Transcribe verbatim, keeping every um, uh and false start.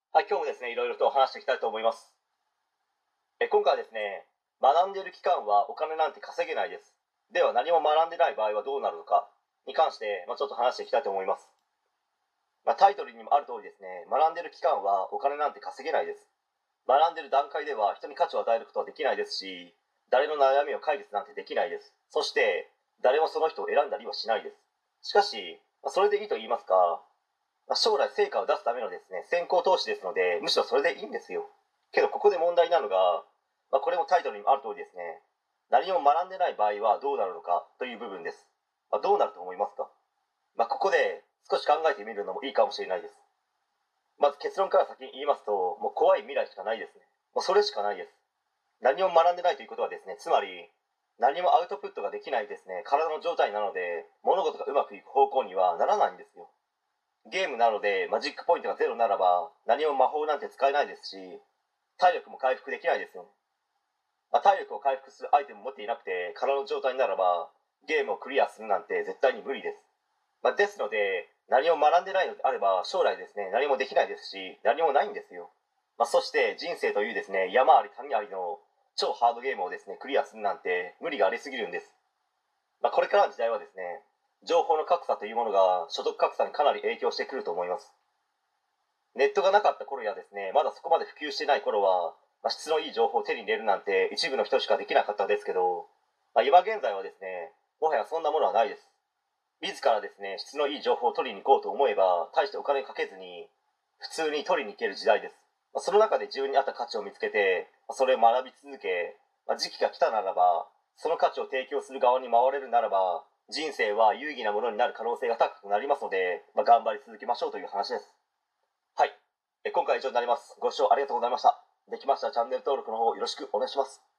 はい、今日もですね、いろいろと話していきたいと思います。え今回はですね、学んでいる期間はお金なんて稼げないです。では何も学んでない場合はどうなるのかに関して、まあ、ちょっと話していきたいと思います。まあ、タイトルにもある通りですね、学んでいる期間はお金なんて稼げないです。学んでいる段階では人に価値を与えることはできないですし、誰の悩みを解決なんてできないです。そして、誰もその人を選んだりはしないです。しかし、まあそれでいいと言いますか、まあ、将来成果を出すためのですね、先行投資ですので、むしろそれでいいんですよ。けどここで問題なのが、まあ、これもタイトルにもある通りですね、何も学んでない場合はどうなるのかという部分です。まあ、どうなると思いますか？まあ、ここで少し考えてみるのもいいかもしれないです。まず結論から先に言いますと、もう怖い未来しかないですね。もうそれしかないです。何も学んでないということはですね、つまり何もアウトプットができないですね、体の状態なので、物事がうまくいく方向にはならないんですよ。ゲームなのでマジックポイントがゼロならば何も魔法なんて使えないですし、体力も回復できないですよね。まあ、体力を回復するアイテムを持っていなくて空の状態ならばゲームをクリアするなんて絶対に無理です。まあ、ですので何も学んでないのであれば将来ですね、何もできないですし何もないんですよ。まあ、そして人生というですね、山あり谷ありの超ハードゲームをですねクリアするなんて無理がありすぎるんです。まあ、これからの時代はですね、情報の格差というものが所得格差にかなり影響してくると思います。ネットがなかった頃やですね、まだそこまで普及していない頃は、まあ、質のいい情報を手に入れるなんて一部の人しかできなかったですけど、まあ、今現在はですね、もはやそんなものはないです。自らですね、質のいい情報を取りに行こうと思えば、大してお金かけずに、普通に取りに行ける時代です。まあ、その中で自分に合った価値を見つけて、まあ、それを学び続け、まあ、時期が来たならば、その価値を提供する側に回れるならば、人生は有意義なものになる可能性が高くなりますので、まあ、頑張り続けましょうという話です。はい。え今回は以上になります。ご視聴ありがとうございました。できましたらチャンネル登録の方よろしくお願いします。